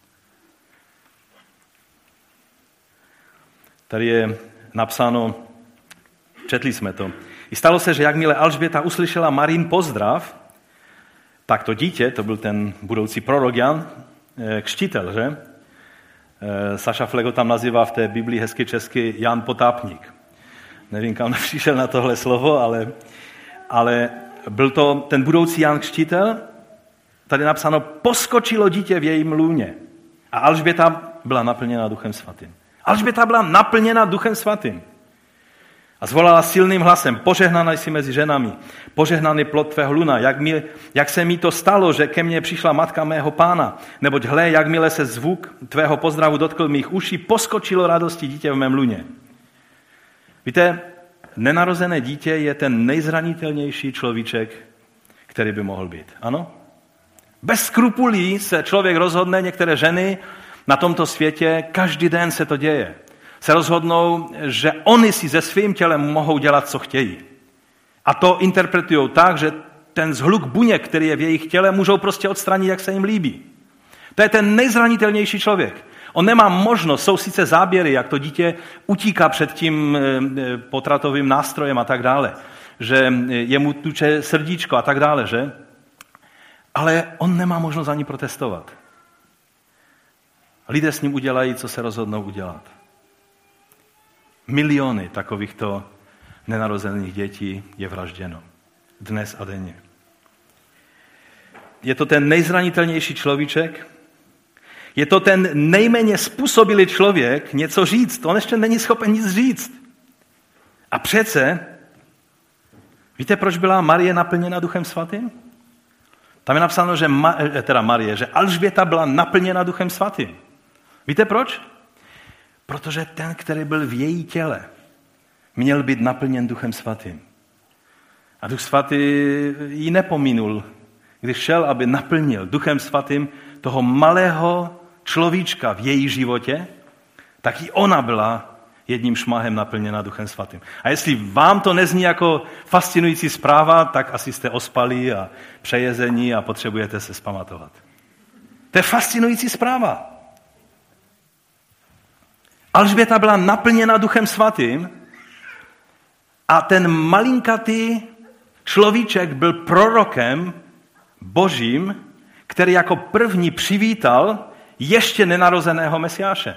Tady je napsáno, četli jsme to. I stalo se, že jakmile Alžběta uslyšela Marín pozdrav, tak to dítě, to byl ten budoucí prorok Jan Křtitel, že? Saša Flego tam nazývá v té Biblii hezky česky Jan Potápník. Nevím, kam nepřišel na tohle slovo, ale, ale byl to ten budoucí Jan Křtitel, tady napsáno, poskočilo dítě v jejím lůně. A Alžběta byla naplněna Duchem Svatým. Alžběta byla naplněna Duchem Svatým. A zvolala silným hlasem, požehnaná jsi mezi ženami, požehnaný plod tvého luna, jak, mi, jak se mi to stalo, že ke mně přišla matka mého pána, neboť hle, jakmile se zvuk tvého pozdravu dotkl mých uší, poskočilo radosti dítě v mém luně. Víte, nenarozené dítě je ten nejzranitelnější človíček, který by mohl být. Ano? Bez skrupulí se člověk rozhodne, některé ženy na tomto světě, každý den se to děje, se rozhodnou, že oni si se svým tělem mohou dělat, co chtějí. A to interpretují tak, že ten zhluk buněk, který je v jejich těle, můžou prostě odstranit, jak se jim líbí. To je ten nejzranitelnější člověk. On nemá možnost, jsou sice záběry, jak to dítě utíká před tím potratovým nástrojem a tak dále, že je mu tuče srdíčko a tak dále, že? Ale on nemá možnost ani protestovat. Lidé s ním udělají, co se rozhodnou udělat. Miliony takovýchto nenarozených dětí je vražděno. Dnes a denně. Je to ten nejzranitelnější človíček, je to ten nejméně způsobilý člověk něco říct. On ještě není schopen nic říct. A přece, víte, proč byla Marie naplněna Duchem Svatým? Tam je napsáno, že Ma, teda Marie, že Alžběta byla naplněna Duchem Svatým. Víte proč? Protože ten, který byl v její těle, měl být naplněn Duchem Svatým. A Duch Svatý ji nepomínul, když šel, aby naplnil Duchem Svatým toho malého človíčka v její životě, tak i ona byla jedním šmahem naplněna Duchem Svatým. A jestli vám to nezní jako fascinující zpráva, tak asi jste ospalí a přejezení a potřebujete se zpamatovat. To je fascinující zpráva. Alžběta byla naplněna Duchem Svatým a ten malinkatý človíček byl prorokem Božím, který jako první přivítal ještě nenarozeného Mesiáše.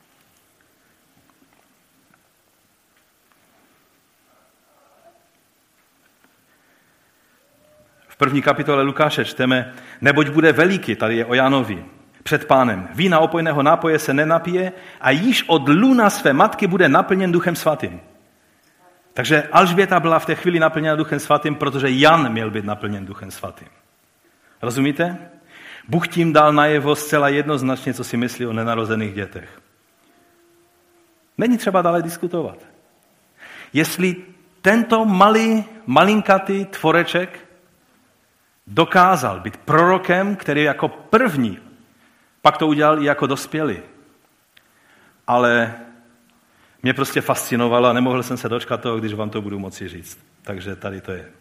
V první kapitole Lukáše čteme, neboť bude veliký, tady je o Janovi, před Pánem. Vína opojného nápoje se nenapije a již od luna své matky bude naplněn Duchem Svatým. Takže Alžběta byla v té chvíli naplněna Duchem Svatým, protože Jan měl být naplněn Duchem Svatým. Rozumíte? Bůh tím dal najevo zcela jednoznačně, co si myslí o nenarozených dětech. Není třeba dále diskutovat. Jestli tento malý, malinkatý tvoreček dokázal být prorokem, který jako první, pak to udělal i jako dospělý. Ale mě prostě fascinovalo a nemohl jsem se dočkat toho, když vám to budu moci říct. Takže tady to je.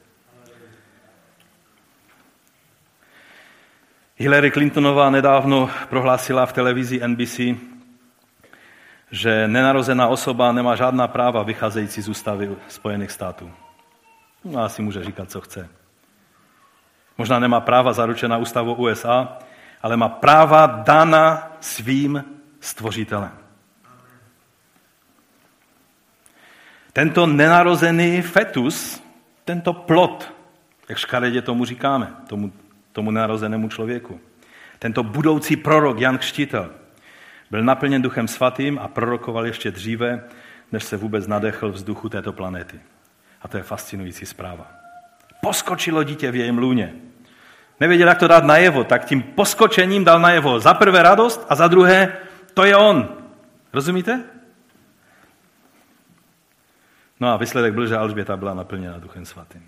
Hillary Clintonová nedávno prohlásila v televizi N B C, že nenarozená osoba nemá žádná práva vycházející z ústavy Spojených států. No, asi může říkat, co chce. Možná nemá práva zaručená ústavou U S A, ale má práva dána svým stvořitelem. Tento nenarozený fetus, tento plod, jak škaredě tomu říkáme, tomu, tomu nenarozenému člověku, tento budoucí prorok Jan Křtitel byl naplněn Duchem Svatým a prorokoval ještě dříve, než se vůbec nadechl vzduchu této planety. A to je fascinující zpráva. Poskočilo dítě v jejím lůně. Nevěděl, jak to dát najevo, tak tím poskočením dal najevo za prvé radost a za druhé, to je on. Rozumíte? No a výsledek byl, že Alžběta byla naplněna Duchem Svatým.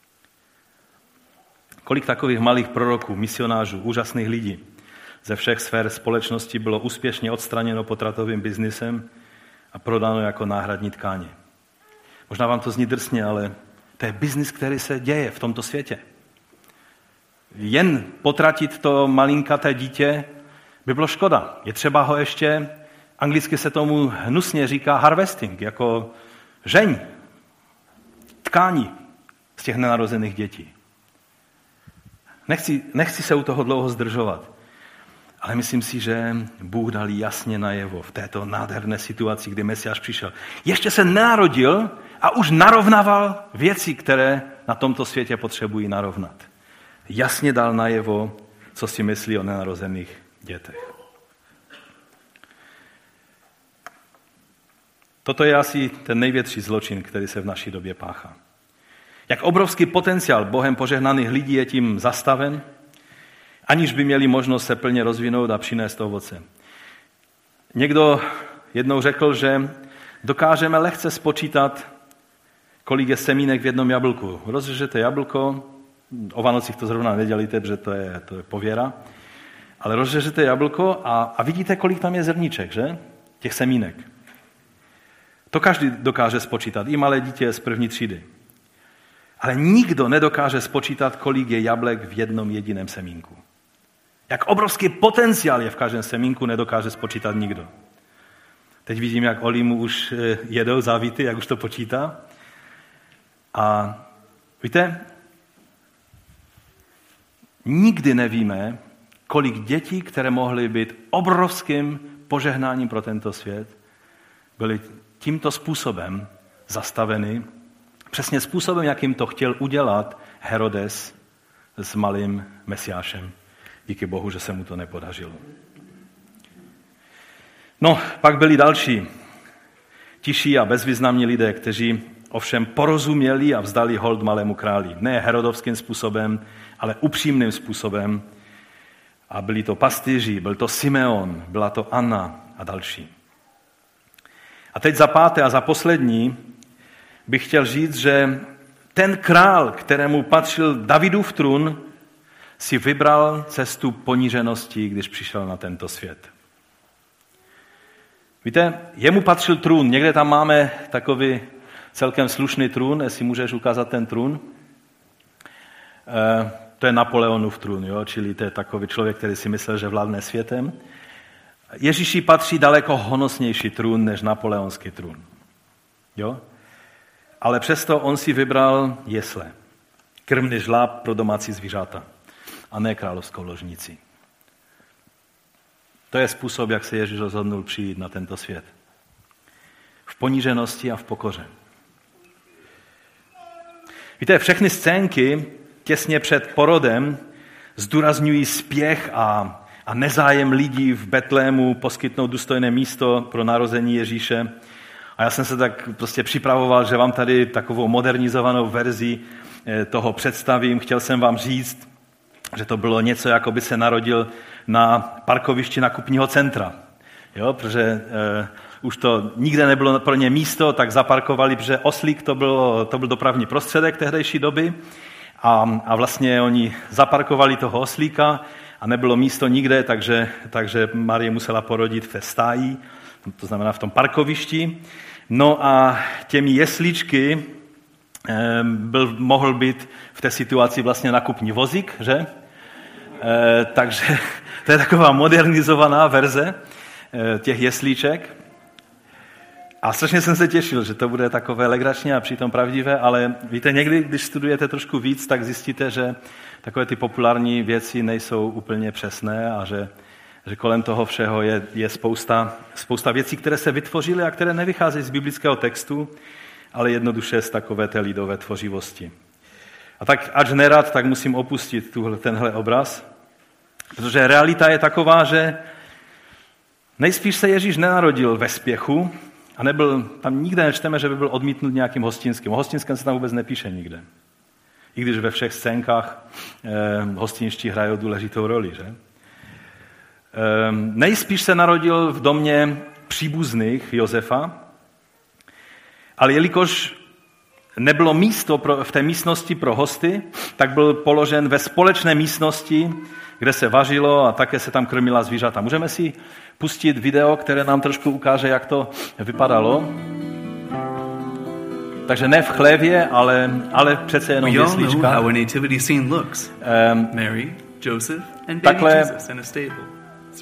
Kolik takových malých proroků, misionářů, úžasných lidí ze všech sfér společnosti bylo úspěšně odstraněno potratovým biznisem a prodáno jako náhradní tkáně. Možná vám to zní drsně, ale to je biznis, který se děje v tomto světě. Jen potratit to malinkaté dítě by bylo škoda. Je třeba ho ještě, anglicky se tomu hnusně říká harvesting, jako žeň, tkání z těch nenarozených dětí. Nechci, nechci se u toho dlouho zdržovat, ale myslím si, že Bůh dal jasně najevo v této nádherné situaci, kdy Mesiáš přišel. Ještě se nenarodil a už narovnával věci, které na tomto světě potřebují narovnat. Jasně dal najevo, co si myslí o nenarozených dětech. Toto je asi ten největší zločin, který se v naší době páchá. Jak obrovský potenciál Bohem požehnaných lidí je tím zastaven, aniž by měli možnost se plně rozvinout a přinést ovoce. Někdo jednou řekl, že dokážeme lehce spočítat, kolik je semínek v jednom jablku. Rozřežete jablko, o Vánocích to zrovna nedělíte, protože to je, to je pověra, ale rozřežete jablko a, a vidíte, kolik tam je zrníček, že? Těch semínek. To každý dokáže spočítat, i malé dítě z první třídy. Ale nikdo nedokáže spočítat, kolik je jablek v jednom jediném semínku. Jak obrovský potenciál je v každém semínku, nedokáže spočítat nikdo. Teď vidím, jak Oli mu už jedou závity, jak už to počítá. A víte, nikdy nevíme, kolik dětí, které mohly být obrovským požehnáním pro tento svět, byly tímto způsobem zastaveny, přesně způsobem, jakým to chtěl udělat Herodes s malým Mesiášem. Díky Bohu, že se mu to nepodařilo. No, pak byli další, tiší a bezvýznamní lidé, kteří ovšem porozuměli a vzdali hold malému králi. Ne herodovským způsobem, ale upřímným způsobem. A byli to pastýři, byl to Simeon, byla to Anna a další. A teď za páté a za poslední bych chtěl říct, že ten král, kterému patřil Davidův trůn, si vybral cestu poníženosti, když přišel na tento svět. Víte, jemu patřil trůn. Někde tam máme takový celkem slušný trůn, jestli můžeš ukázat ten trůn. E, to je Napoleonův trůn, jo? Čili to je takový člověk, který si myslel, že vládne světem. Ježíši patří daleko honosnější trůn než napoleonský trůn. Jo? Ale přesto on si vybral jesle. Krmný žláb pro domácí zvířata a ne královskou ložnici. To je způsob, jak se Ježíš rozhodnul přijít na tento svět. V poníženosti a v pokoře. Víte, všechny scénky těsně před porodem zdůrazňují spěch a, a nezájem lidí v Betlému poskytnout důstojné místo pro narození Ježíše. A já jsem se tak prostě připravoval, že vám tady takovou modernizovanou verzi toho představím. Chtěl jsem vám říct, že to bylo něco, jako by se narodil na parkovišti nákupního centra. Jo, protože e, už to nikde nebylo pro ně místo, tak zaparkovali, protože oslík to, bylo, to byl dopravní prostředek tehdejší doby. A, a vlastně oni zaparkovali toho oslíka a nebylo místo nikde, takže, takže Marie musela porodit v té stáji, to znamená v tom parkovišti. No a těmi jesličky e, byl, mohl být v té situaci vlastně nákupní vozík, že? E, takže to je taková modernizovaná verze e, těch jeslíček. A strašně jsem se těšil, že to bude takové legračně a přitom pravdivé, ale víte, někdy, když studujete trošku víc, tak zjistíte, že takové ty populární věci nejsou úplně přesné a že, že kolem toho všeho je, je spousta, spousta věcí, které se vytvořily a které nevycházejí z biblického textu, ale jednoduše z takové té lidové tvořivosti. A tak ač nerad, tak musím opustit tuhle, tenhle obraz, protože realita je taková, že nejspíš se Ježíš nenarodil ve spěchu a nebyl, tam nikde nečteme, že by byl odmítnut nějakým hostinským. O hostinském se tam vůbec nepíše nikde. I když ve všech scénkách eh, hostinští hrajou důležitou roli. Že? Eh, nejspíš se narodil v domě příbuzných Josefa, ale jelikož nebylo místo pro, v té místnosti pro hosty, tak byl položen ve společné místnosti, kde se vařilo a také se tam krmila zvířata. Můžeme si pustit video, které nám trošku ukáže, jak to vypadalo. Takže ne v chlévě, ale, ale přece jenom v jesličkách. Um, Mary, Joseph and baby Jesus in a stable.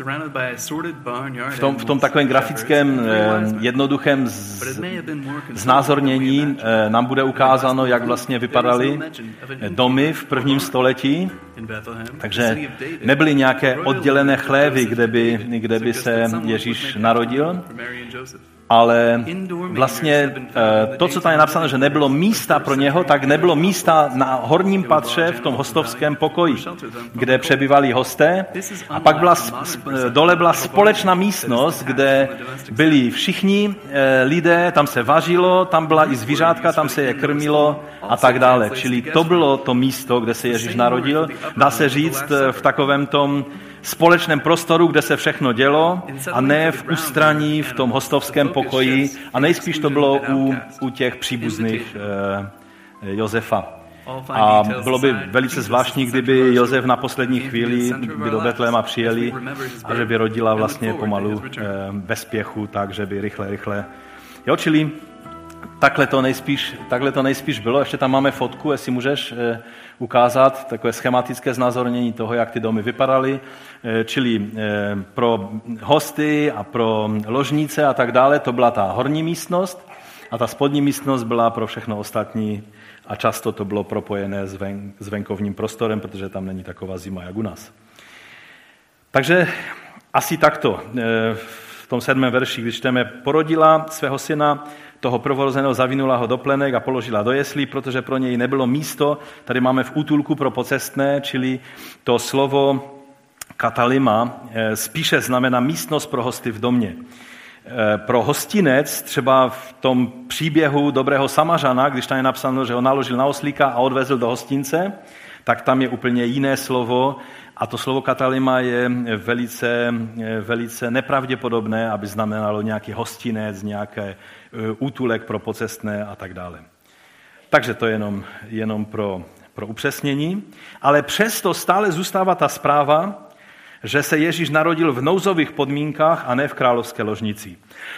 V tom, v tom takovém grafickém, jednoduchém znázornění nám bude ukázáno, jak vlastně vypadaly domy v prvním století. Takže nebyly nějaké oddělené chlévy, kde by, kde by se Ježíš narodil, ale vlastně to, co tam je napsáno, že nebylo místa pro něho, tak nebylo místa na horním patře v tom hostovském pokoji, kde přebývali hosté. A pak byla, dole byla společná místnost, kde byli všichni lidé, tam se vařilo, tam byla i zvířátka, tam se je krmilo a tak dále. Čili to bylo to místo, kde se Ježíš narodil. Dá se říct v takovém tom společném prostoru, kde se všechno dělo a ne v ústraní, v tom hostovském pokoji a nejspíš to bylo u, u těch příbuzných eh, Josefa. A bylo by velice zvláštní, kdyby Josef na poslední chvíli by do Betléma přijeli a že by rodila vlastně pomalu ve spěchu, tak, že by rychle, rychle. Jo, čili takhle to nejspíš, takhle to nejspíš bylo. Ještě tam máme fotku, jestli můžeš ukázat takové schematické znázornění toho, jak ty domy vypadaly. Čili pro hosty a pro ložnice a tak dále, to byla ta horní místnost a ta spodní místnost byla pro všechno ostatní a často to bylo propojené s, ven, s venkovním prostorem, protože tam není taková zima, jak u nás. Takže asi takto. V tom sedmém verši, když čteme, porodila svého syna, toho prvorozeného zavinula ho do plenek a položila do jeslí, protože pro něj nebylo místo. Tady máme v útulku pro pocestné, čili to slovo katalima spíše znamená místnost pro hosty v domě. Pro hostinec, třeba v tom příběhu dobrého Samařana, když tam je napsáno, že ho naložil na oslíka a odvezl do hostince, tak tam je úplně jiné slovo a to slovo katalima je velice, velice nepravděpodobné, aby znamenalo nějaký hostinec, nějaký útulek pro pocestné a tak dále. Takže to je jenom, jenom pro, pro upřesnění. Ale přesto stále zůstává ta zpráva, že se Ježíš narodil v nouzových podmínkách a ne v královské ložnici.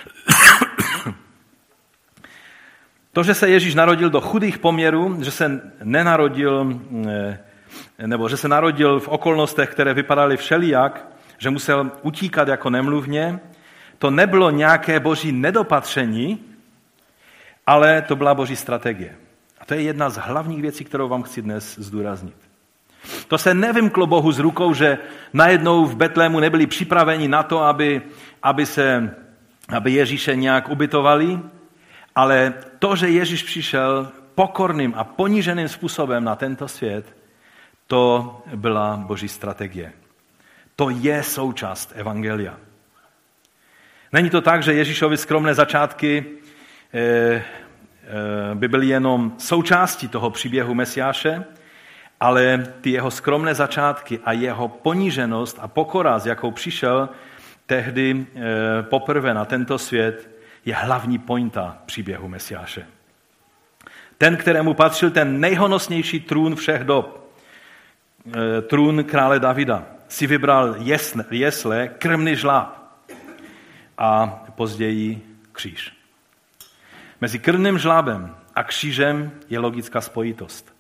To, že se Ježíš narodil do chudých poměrů, že se nenarodil, nebo že se narodil v okolnostech, které vypadaly všelijak, že musel utíkat jako nemluvně, to nebylo nějaké boží nedopatření, ale to byla boží strategie. A to je jedna z hlavních věcí, kterou vám chci dnes zdůraznit. To se nevymklo Bohu z rukou, že najednou v Betlému nebyli připraveni na to, aby, aby, se, aby Ježíše nějak ubytovali, ale to, že Ježíš přišel pokorným a poníženým způsobem na tento svět, to byla boží strategie. To je součást evangelia. Není to tak, že Ježíšovy skromné začátky e, e, by byly jenom součástí toho příběhu Mesiáše, ale ty jeho skromné začátky a jeho poníženost a pokora, s jakou přišel tehdy e, poprvé na tento svět, je hlavní pointa příběhu Mesiáše. Ten, kterému patřil ten nejhonosnější trůn všech dob, e, trůn krále Davida, si vybral jesle, jesle krmný žláb a později kříž. Mezi krmným žlábem a křížem je logická spojitost.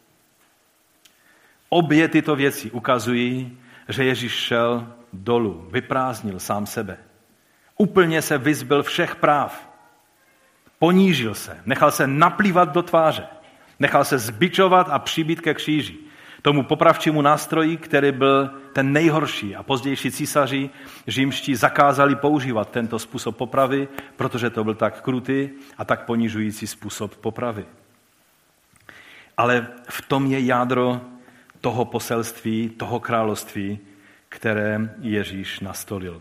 Obě tyto věci ukazují, že Ježíš šel dolů, vyprázdnil sám sebe. Úplně se vyzbyl všech práv. Ponížil se, nechal se naplývat do tváře, nechal se zbičovat a přibít ke kříži. Tomu popravčímu nástroji, který byl ten nejhorší a pozdější císaři římští zakázali používat tento způsob popravy, protože to byl tak krutý a tak ponižující způsob popravy. Ale v tom je jádro toho poselství, toho království, které Ježíš nastolil.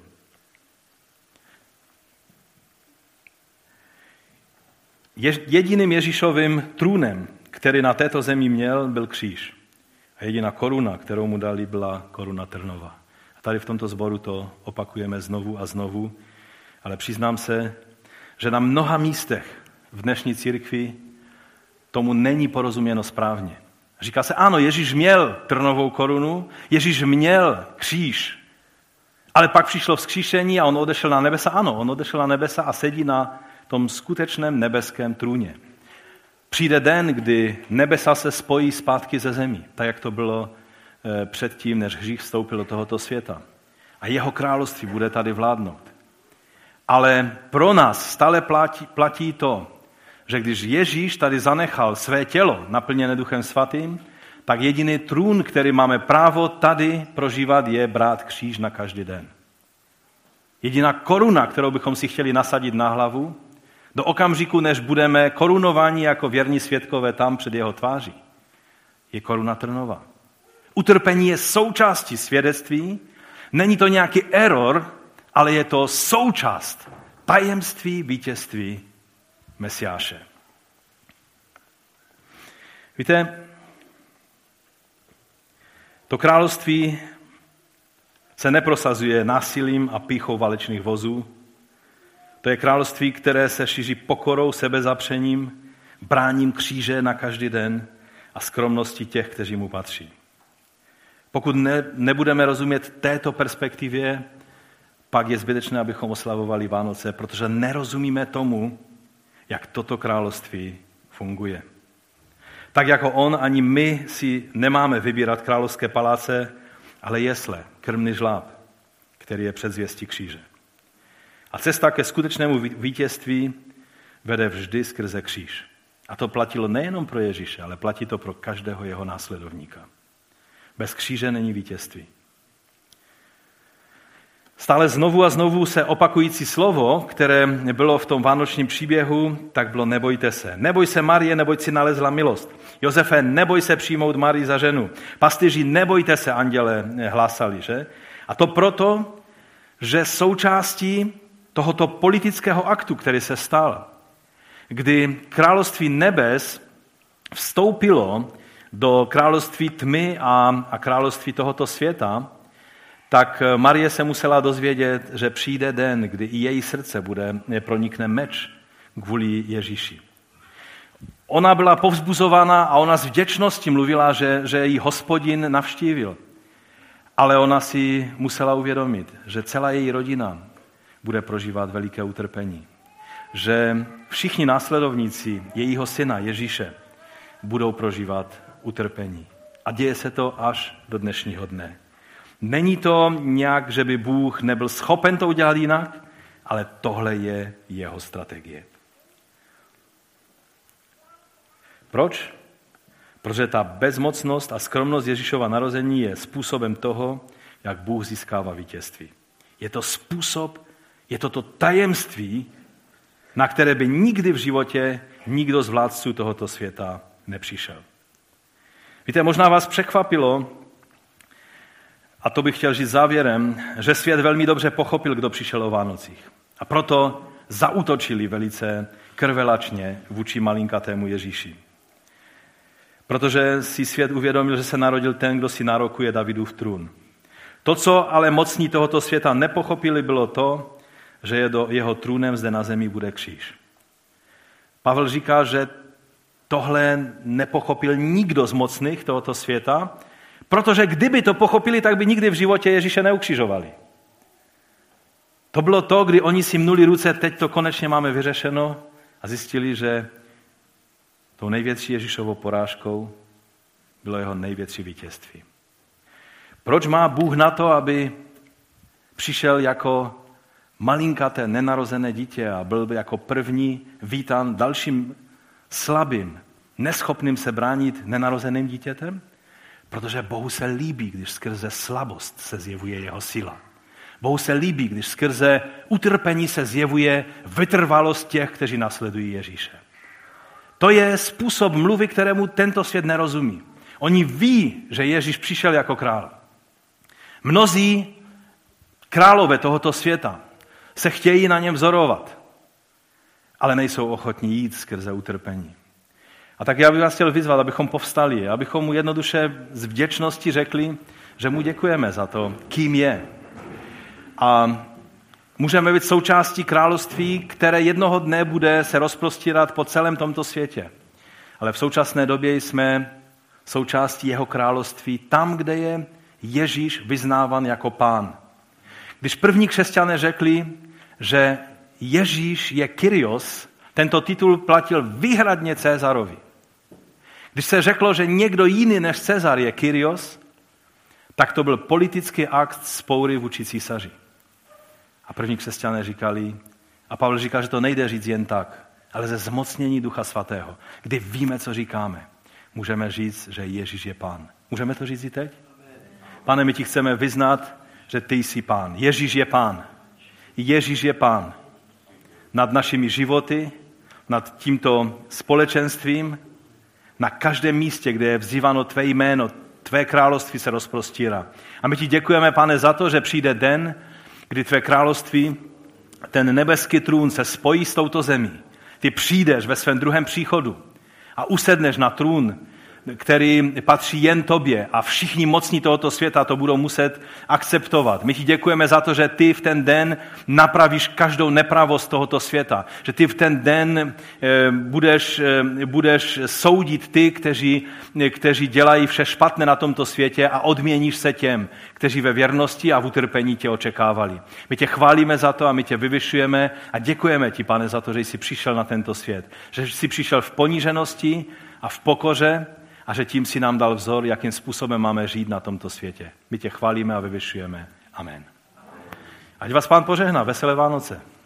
Jediným Ježíšovým trůnem, který na této zemi měl, byl kříž. A jediná koruna, kterou mu dali, byla koruna trnová. A tady v tomto sboru to opakujeme znovu a znovu, ale přiznám se, že na mnoha místech v dnešní církvi tomu není porozuměno správně. Říká se, ano, Ježíš měl trnovou korunu, Ježíš měl kříž, ale pak přišlo vzkříšení a on odešel na nebesa. Ano, on odešel na nebesa a sedí na tom skutečném nebeském trůně. Přijde den, kdy nebesa se spojí zpátky ze zemí, tak jak to bylo předtím, než hřích vstoupil do tohoto světa. A jeho království bude tady vládnout. Ale pro nás stále platí, platí to, že když Ježíš tady zanechal své tělo naplněné Duchem Svatým, tak jediný trůn, který máme právo tady prožívat, je brát kříž na každý den. Jediná koruna, kterou bychom si chtěli nasadit na hlavu, do okamžiku, než budeme korunováni jako věrní svědkové tam před jeho tváří, je koruna trnová. Utrpení je součástí svědectví, není to nějaký error, ale je to součást tajemství vítězství Mesiáše. Víte, to království se neprosazuje násilím a pýchou válečných vozů. To je království, které se šíří pokorou, sebezapřením, bráním kříže na každý den a skromnosti těch, kteří mu patří. Pokud ne, nebudeme rozumět této perspektivě, pak je zbytečné, abychom oslavovali Vánoce, protože nerozumíme tomu, jak toto království funguje. Tak jako on, ani my si nemáme vybírat královské paláce, ale jesle, krmný žláb, který je předzvěstí kříže. A cesta ke skutečnému vítězství vede vždy skrze kříž. A to platilo nejenom pro Ježíše, ale platí to pro každého jeho následovníka. Bez kříže není vítězství. Stále znovu a znovu se opakující slovo, které bylo v tom vánočním příběhu, tak bylo nebojte se. Neboj se Marie, neboť si nalezla milost. Josefe, neboj se přijmout Marii za ženu. Pastýři, nebojte se, anděle hlásali, že? A to proto, že součástí tohoto politického aktu, který se stal, kdy království nebes vstoupilo do království tmy a, a království tohoto světa, tak Marie se musela dozvědět, že přijde den, kdy i její srdce bude pronikne meč kvůli Ježíši. Ona byla povzbuzována a ona s vděčností mluvila, že, že jí Hospodin navštívil. Ale ona si musela uvědomit, že celá její rodina bude prožívat veliké utrpení. Že všichni následovníci jejího syna Ježíše budou prožívat utrpení. A děje se to až do dnešního dne. Není to nějak, že by Bůh nebyl schopen to udělat jinak, ale tohle je jeho strategie. Proč? Protože ta bezmocnost a skromnost Ježíšova narození je způsobem toho, jak Bůh získává vítězství. Je to způsob, je to to tajemství, na které by nikdy v životě nikdo z vládců tohoto světa nepřišel. Víte, možná vás překvapilo, a to bych chtěl říct závěrem, že svět velmi dobře pochopil, kdo přišel o Vánocích. A proto zaútočili velice krvelačně vůči malinkatému Ježíši. Protože si svět uvědomil, že se narodil ten, kdo si nárokuje Davidův trůn. To, co ale mocní tohoto světa nepochopili, bylo to, že je do jeho trůnem zde na zemi bude kříž. Pavel říká, že tohle nepochopil nikdo z mocných tohoto světa, protože kdyby to pochopili, tak by nikdy v životě Ježíše neukřižovali. To bylo to, kdy oni si mnuli ruce, teď to konečně máme vyřešeno a zjistili, že tou největší Ježíšovou porážkou bylo jeho největší vítězství. Proč má Bůh na to, aby přišel jako malinkaté nenarozené dítě a byl by jako první vítán dalším slabým, neschopným se bránit nenarozeným dítětem? Protože Bohu se líbí, když skrze slabost se zjevuje jeho síla. Bohu se líbí, když skrze utrpení se zjevuje vytrvalost těch, kteří nasledují Ježíše. To je způsob mluvy, kterému tento svět nerozumí. Oni ví, že Ježíš přišel jako král. Mnozí králové tohoto světa se chtějí na něm vzorovat, ale nejsou ochotní jít skrze utrpení. A tak já bych vás chtěl vyzvat, abychom povstali, abychom mu jednoduše z vděčnosti řekli, že mu děkujeme za to, kým je. A můžeme být součástí království, které jednoho dne bude se rozprostírat po celém tomto světě. Ale v současné době jsme součástí jeho království tam, kde je Ježíš vyznávan jako pán. Když první křesťané řekli, že Ježíš je Kyrios, tento titul platil výhradně Cezarovi. Když se řeklo, že někdo jiný než Cezar je Kyrios, tak to byl politický akt vzpoury vůči císaři. A první křesťané říkali, a Pavel říká, že to nejde říct jen tak, ale ze zmocnění Ducha Svatého, kdy víme, co říkáme, můžeme říct, že Ježíš je pán. Můžeme to říct i teď? Pane, my ti chceme vyznat, že ty jsi pán. Ježíš je pán. Ježíš je pán. Nad našimi životy, nad tímto společenstvím, na každém místě, kde je vzýváno tvé jméno, tvé království se rozprostírá. A my ti děkujeme, Pane, za to, že přijde den, kdy tvé království, ten nebeský trůn se spojí s touto zemí. Ty přijdeš ve svém druhém příchodu a usedneš na trůn který patří jen tobě a všichni mocní tohoto světa to budou muset akceptovat. My ti děkujeme za to, že ty v ten den napravíš každou nepravost tohoto světa, že ty v ten den budeš, budeš soudit ty, kteří, kteří dělají vše špatné na tomto světě a odměníš se těm, kteří ve věrnosti a v utrpení tě očekávali. My tě chválíme za to a my tě vyvyšujeme a děkujeme ti, Pane, za to, že jsi přišel na tento svět, že jsi přišel v poníženosti a v pokoře a že tím si nám dal vzor, jakým způsobem máme žít na tomto světě. My tě chválíme a vyvyšujeme. Amen. Ať vás Pán požehná. Veselé Vánoce.